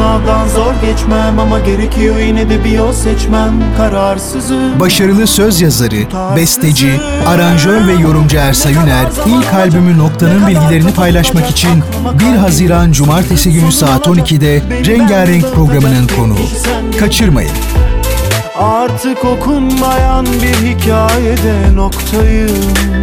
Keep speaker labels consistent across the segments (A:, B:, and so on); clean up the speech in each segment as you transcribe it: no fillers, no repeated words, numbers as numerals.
A: sınavdan zor geçmem, ama gerekiyor yine de bir yol seçmem. Kararsızım.
B: Başarılı söz yazarı, besteci, aranjör ve yorumcu Ersay Üner, ilk albümü Nokta'nın bilgilerini paylaşmak için 1 Haziran Cumartesi günü saat 12'de Rengarenk programının konuğu. Kaçırmayın.
A: Artık okunmayan bir hikayede noktayım.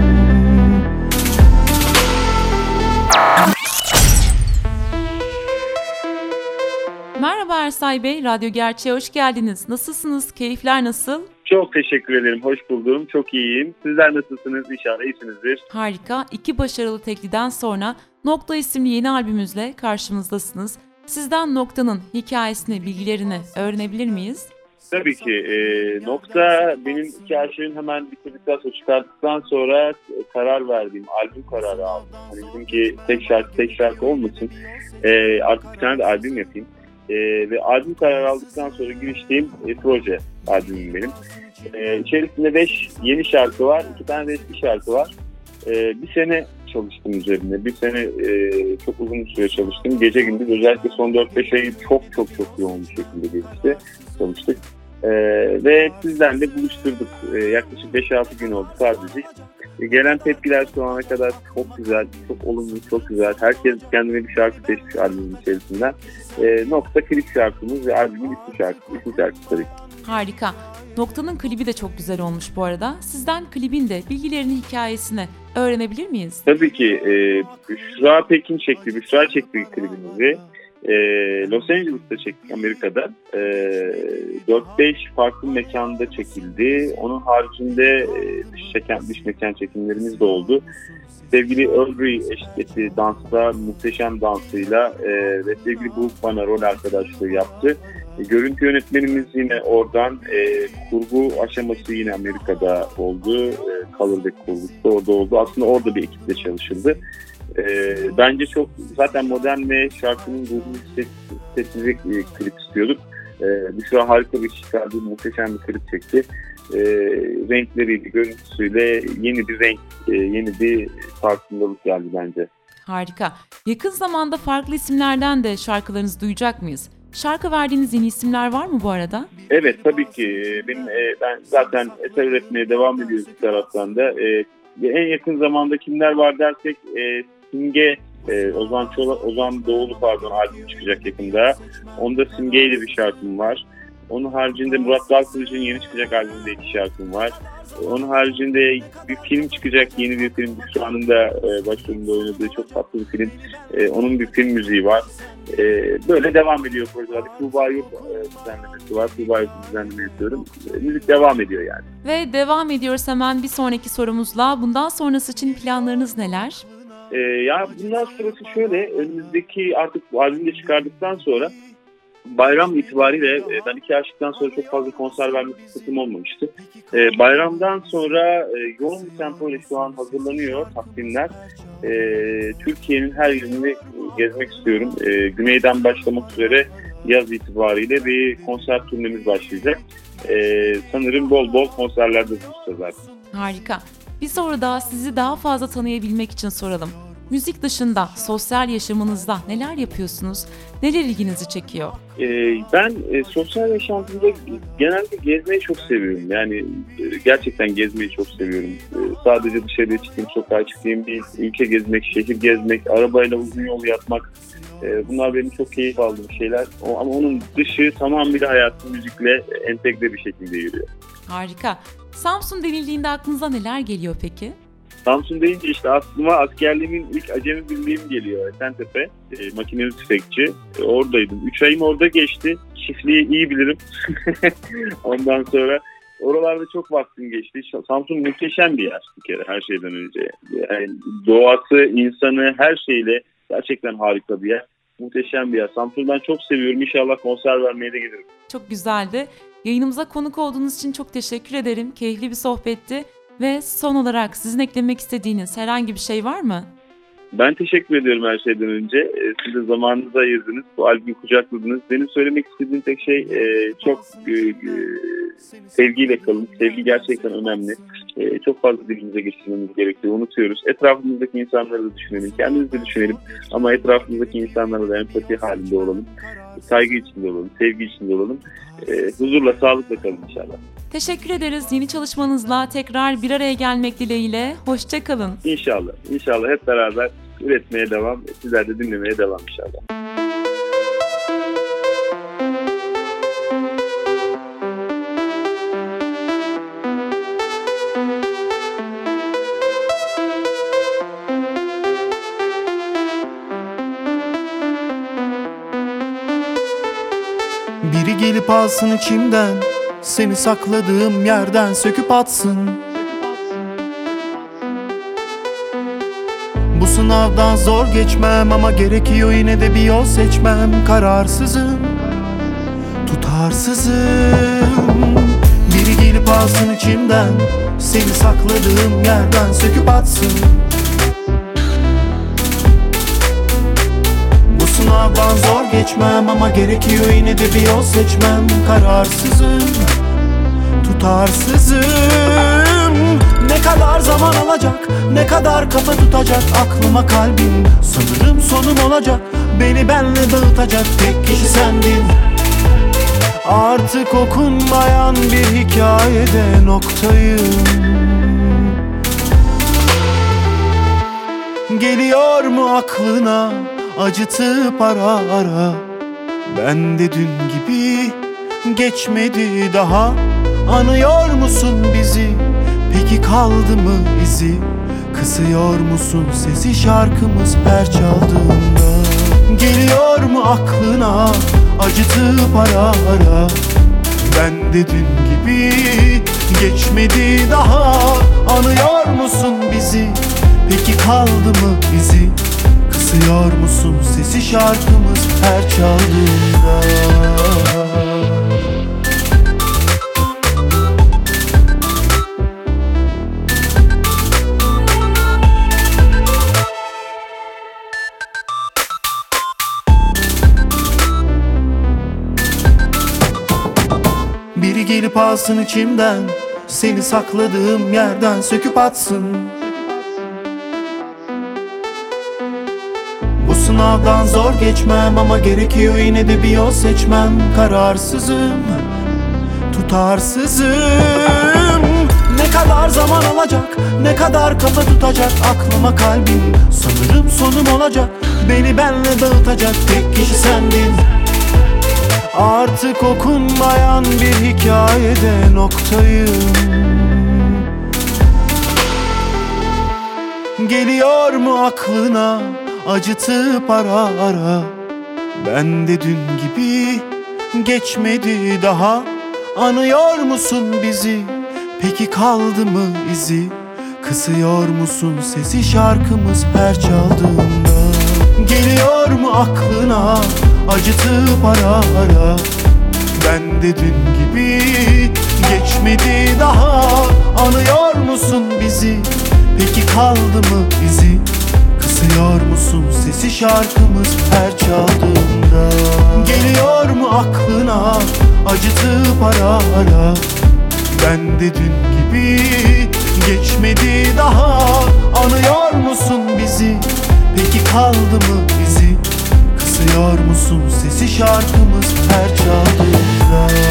C: Merhaba Ersay Bey, Radyo Gerçeğe hoş geldiniz. Nasılsınız? Keyifler nasıl?
D: Çok teşekkür ederim, hoş buldum. Çok iyiyim. Sizler nasılsınız? İnşallah iyisinizdir.
C: Harika. 2 başarılı tekliden sonra Nokta isimli yeni albümümüzle karşımızdasınız. Sizden Nokta'nın hikayesini, bilgilerini öğrenebilir miyiz?
D: Tabii ki. Nokta benim hikayemi hemen bitirdikten sonra, çıkarttıktan sonra karar verdiğim, albüm kararı aldım. Hani dedim ki tek şarkı olmasın. Artık bir tane de albüm yapayım. Ve albüm kararı aldıktan sonra giriştiğim proje albümüm benim. İçerisinde 5 yeni şarkı var, 2 tane de eski şarkı var. Bir sene çalıştım üzerinde. Bir sene çok uzun bir süre çalıştım. Gece gündüz, özellikle son 4-5 ayı çok yoğun bir şekilde geçti. Çalıştık. Ve sizden de buluşturduk. Yaklaşık 5-6 gün oldu sadece. Gelen tepkiler şu ana kadar çok güzel, çok olumlu, çok güzel. Herkes kendine bir şarkı seçmiş albümün içerisinden. Nokta klip şarkımız ve albümün ismi şarkısı tabii.
C: Harika. Nokta'nın klibi de çok güzel olmuş bu arada. Sizden klibin de bilgilerini, hikayesini öğrenebilir miyiz?
D: Tabii ki. Büşra çekti klibimizi. Los Angeles'ta çektik, Amerika'da. 4-5 farklı mekanda çekildi. Onun haricinde dış mekan çekimlerimiz de oldu. Sevgili Audrey eşlik dansta, muhteşem dansıyla ve sevgili Buğuk bana rol arkadaşlığı yaptı. Görüntü yönetmenimiz yine oradan, kurgu aşaması yine Amerika'da oldu. Color'daki kurgusu da orada oldu. Aslında orada bir ekiple çalışıldı. Bence çok zaten modern ve şarkının ruhunu hissettirecek bir klip istiyorduk. Büşra harika bir çıkardığı muhteşem bir klip çekti. Renkleriyle, görüntüsüyle yeni bir renk, yeni bir farkındalık geldi bence.
C: Harika. Yakın zamanda farklı isimlerden de şarkılarınızı duyacak mıyız? Şarkı verdiğiniz yeni isimler var mı bu arada? Evet,
D: tabii ki. Ben zaten eser üretmeye devam ediyoruz bir taraftan da. En yakın zamanda kimler var dersek, Simge, Ozan Doğulu albüm çıkacak yakında. Onda Simge ile bir şarkım var. Onun haricinde Murat Dalkılıç'ın yeni çıkacak albümünde 2 şarkım var. Onun haricinde bir film çıkacak, yeni bir film. Şu anda başrolünde oynadığı çok tatlı bir film. Onun bir film müziği var. Böyle devam ediyor projelerde. Tuğba Yurt düzenlemesi var. Tuğba Yurt'un düzenleme yapıyorum. Müzik devam ediyor yani.
C: Ve devam ediyoruz hemen bir sonraki sorumuzla. Bundan sonrası için planlarınız neler?
D: Ya bundan sonrası şöyle. Önümüzdeki artık bu albümü çıkardıktan sonra bayram itibariyle ben 2 aşıktan sonra çok fazla konser verme fırsatım olmamıştı. Bayramdan sonra yoğun bir tempoyla şu an hazırlanıyor takvimler. Türkiye'nin her yerini gezmek istiyorum. Güneyden başlamak üzere yaz itibariyle bir konser turnemiz başlayacak. Sanırım bol bol konserlerde buluşacağız artık.
C: Harika. Bir soru daha, sizi daha fazla tanıyabilmek için soralım. Müzik dışında sosyal yaşamınızda neler yapıyorsunuz? Neler ilginizi çekiyor?
D: Ben sosyal yaşantımda genelde gezmeyi çok seviyorum. Yani gerçekten gezmeyi çok seviyorum. Sadece dışarıya çıkayım, sokağa çıkayım değil. Ülke gezmek, şehir gezmek, arabayla uzun yol yapmak. Bunlar benim çok keyif aldığım şeyler. Ama onun dışı tamamıyla hayatım müzikle entegre bir şekilde yürüyor.
C: Harika. Samsun denildiğinde aklınıza neler geliyor peki?
D: Samsun deyince işte aklıma askerliğimin ilk acemi birliğim geliyor. Esentepe, makineli tüfekçi. Oradaydım. 3 ayım orada geçti. Çiftliği iyi bilirim. Ondan sonra oralarda çok vaktim geçti. Samsun muhteşem bir yer bir kere her şeyden önce. Yani doğası, insanı, her şeyle gerçekten harika bir yer. Muhteşem bir yer. Samsun'u ben çok seviyorum. İnşallah konser vermeye de gelirim.
C: Çok güzeldi. Yayınımıza konuk olduğunuz için çok teşekkür ederim. Keyifli bir sohbetti. Ve son olarak sizin eklemek istediğiniz herhangi bir şey var mı?
D: Ben teşekkür ediyorum her şeyden önce. Siz de zamanınızı ayırdınız. Bu albümü kucakladınız. Benim söylemek istediğim tek şey çok sevgiyle kalın. Sevgi gerçekten önemli. Çok fazla dilimize geçirmemiz gerekiyor. Unutuyoruz. Etrafımızdaki insanları da düşünelim. Kendimizi de düşünelim. Ama etrafımızdaki insanlarla da empati halinde olalım. saygı içinde olalım, sevgi içinde olalım. Huzurla, sağlıkla kalın inşallah.
C: Teşekkür ederiz. Yeni çalışmanızla tekrar bir araya gelmek dileğiyle. Hoşça kalın.
D: İnşallah. İnşallah hep beraber üretmeye devam, sizler de dinlemeye devam inşallah.
A: Biri gelip alsın içimden, seni sakladığım yerden söküp atsın. Bu sınavdan zor geçmem ama gerekiyor yine de bir yol seçmem. Kararsızım, tutarsızım. Biri gelip alsın içimden, seni sakladığım yerden söküp atsın. Sınavdan zor geçmem ama gerekiyor yine de bir yol seçmem. Kararsızım, tutarsızım. Ne kadar zaman alacak, ne kadar kafa tutacak aklıma kalbim. Sanırım sonum olacak, beni benle dağıtacak tek kişi sendin. Artık okunmayan bir hikayede noktayım. Geliyor mu aklına acıtıp ara ara? Ben de dün gibi geçmedi daha. Anıyor musun bizi? Peki kaldı mı izi? Kısıyor musun sesi şarkımız her çaldığında? Geliyor mu aklına acıtıp ara ara? Ben de dün gibi geçmedi daha. Anıyor musun bizi? Peki kaldı mı izi? Kısıyor musun sesi şarkımız her çaldığında? Biri gelip alsın içimden, seni sakladığım yerden söküp atsın. Bu sınavdan zor geçmem ama gerekiyor yine de bir yol seçmem. Kararsızım, tutarsızım. Ne kadar zaman alacak, ne kadar kafa tutacak aklıma kalbim. Sanırım sonum olacak, beni benle dağıtacak tek kişi sendin. Artık okunmayan bir hikayede noktayım. Geliyor mu aklına acıtıp ara ara? Ben de dün gibi geçmedi daha. Anıyor musun bizi? Peki kaldı mı izi? Kısıyor musun sesi şarkımız her çaldığında? Geliyor mu aklına acıtıp ara ara? Ben de dün gibi geçmedi daha. Anıyor musun bizi? Peki kaldı mı izi? Kısıyor musun sesi şarkımız her çaldığında? Geliyor mu aklına acıtıp ara ara? Ben de dün gibi geçmedi daha. Anıyor musun bizi? Peki kaldı mı izi? Kısıyor musun sesi şarkımız her çaldığında?